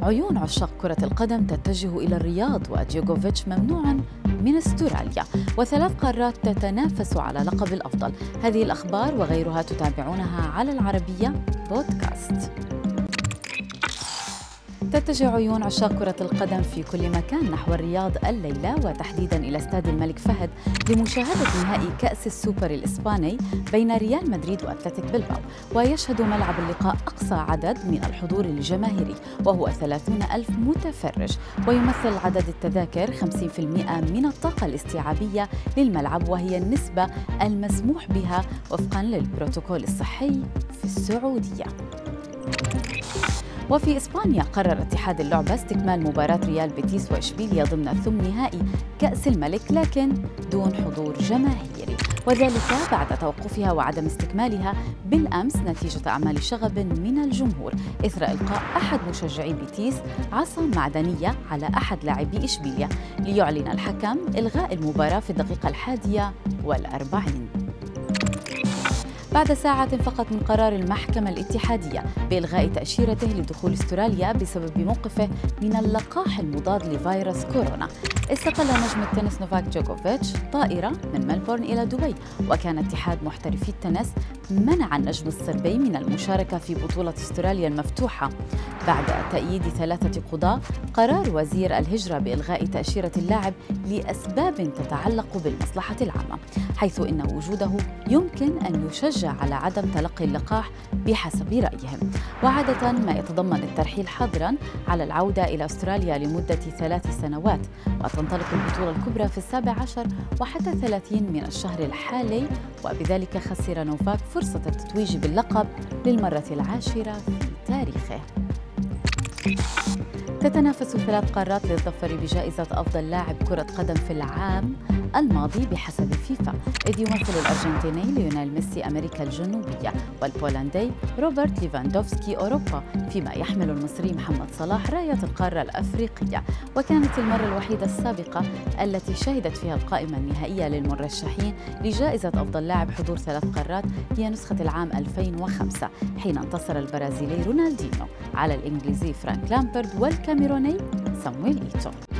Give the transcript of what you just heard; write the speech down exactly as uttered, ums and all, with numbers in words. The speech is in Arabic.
عيون عشاق كرة القدم تتجه إلى الرياض، وديوغوفيتش ممنوع من استراليا، وثلاث قارات تتنافس على لقب الأفضل. هذه الأخبار وغيرها تتابعونها على العربية بودكاست. تتجه عيون عشاق كرة القدم في كل مكان نحو الرياض الليلة، وتحديداً إلى استاد الملك فهد لمشاهدة نهائي كأس السوبر الإسباني بين ريال مدريد وأتلتيك بلباو. ويشهد ملعب اللقاء أقصى عدد من الحضور الجماهيري وهو ثلاثين ألف متفرج، ويمثل عدد التذاكر خمسين بالمئة من الطاقة الاستيعابية للملعب، وهي النسبة المسموح بها وفقاً للبروتوكول الصحي في السعودية. وفي إسبانيا قرر اتحاد اللعبة استكمال مباراة ريال بيتيس وإشبيليا ضمن ثمن نهائي كأس الملك لكن دون حضور جماهيري، وذلك بعد توقفها وعدم استكمالها بالأمس نتيجة أعمال شغب من الجمهور إثر إلقاء أحد مشجعي بيتيس عصا معدنية على أحد لاعبي إشبيليا، ليعلن الحكم إلغاء المباراة في الدقيقة الحادية والأربعين بعد ساعة فقط من قرار المحكمة الاتحادية بإلغاء تأشيرته لدخول استراليا بسبب موقفه من اللقاح المضاد لفيروس كورونا. استقل نجم التنس نوفاك جوكوفيتش طائرة من ملبورن إلى دبي، وكان اتحاد محترفي التنس منع النجم الصربي من المشاركة في بطولة استراليا المفتوحة بعد تأييد ثلاثة قضاة قرار وزير الهجرة بإلغاء تأشيرة اللاعب لأسباب تتعلق بالمصلحة العامة، حيث إن وجوده يمكن أن يشجع على عدم تلقي اللقاح بحسب رأيهم. وعادة ما يتضمن الترحيل حظراً على العودة إلى أستراليا لمدة ثلاث سنوات، وتنطلق البطولة الكبرى في السابع عشر وحتى الثلاثين من الشهر الحالي، وبذلك خسر نوفاك فرصة التتويج باللقب للمرة العاشرة في تاريخه. تتنافس ثلاث قارات للظفر بجائزة أفضل لاعب كرة قدم في العام الماضي بحسب فيفا، إذ يمثل الأرجنتيني ليونيل ميسي أمريكا الجنوبية، والبولندي روبرت ليفاندوفسكي أوروبا، فيما يحمل المصري محمد صلاح راية القارة الأفريقية. وكانت المرة الوحيدة السابقة التي شهدت فيها القائمة النهائية للمرشحين لجائزة أفضل لاعب حضور ثلاث قارات هي نسخة العام ألفين وخمسة، حين انتصر البرازيلي رونالدينيو على الإنجليزي فرانك لامبرد والكاميروني سامويل إيتو.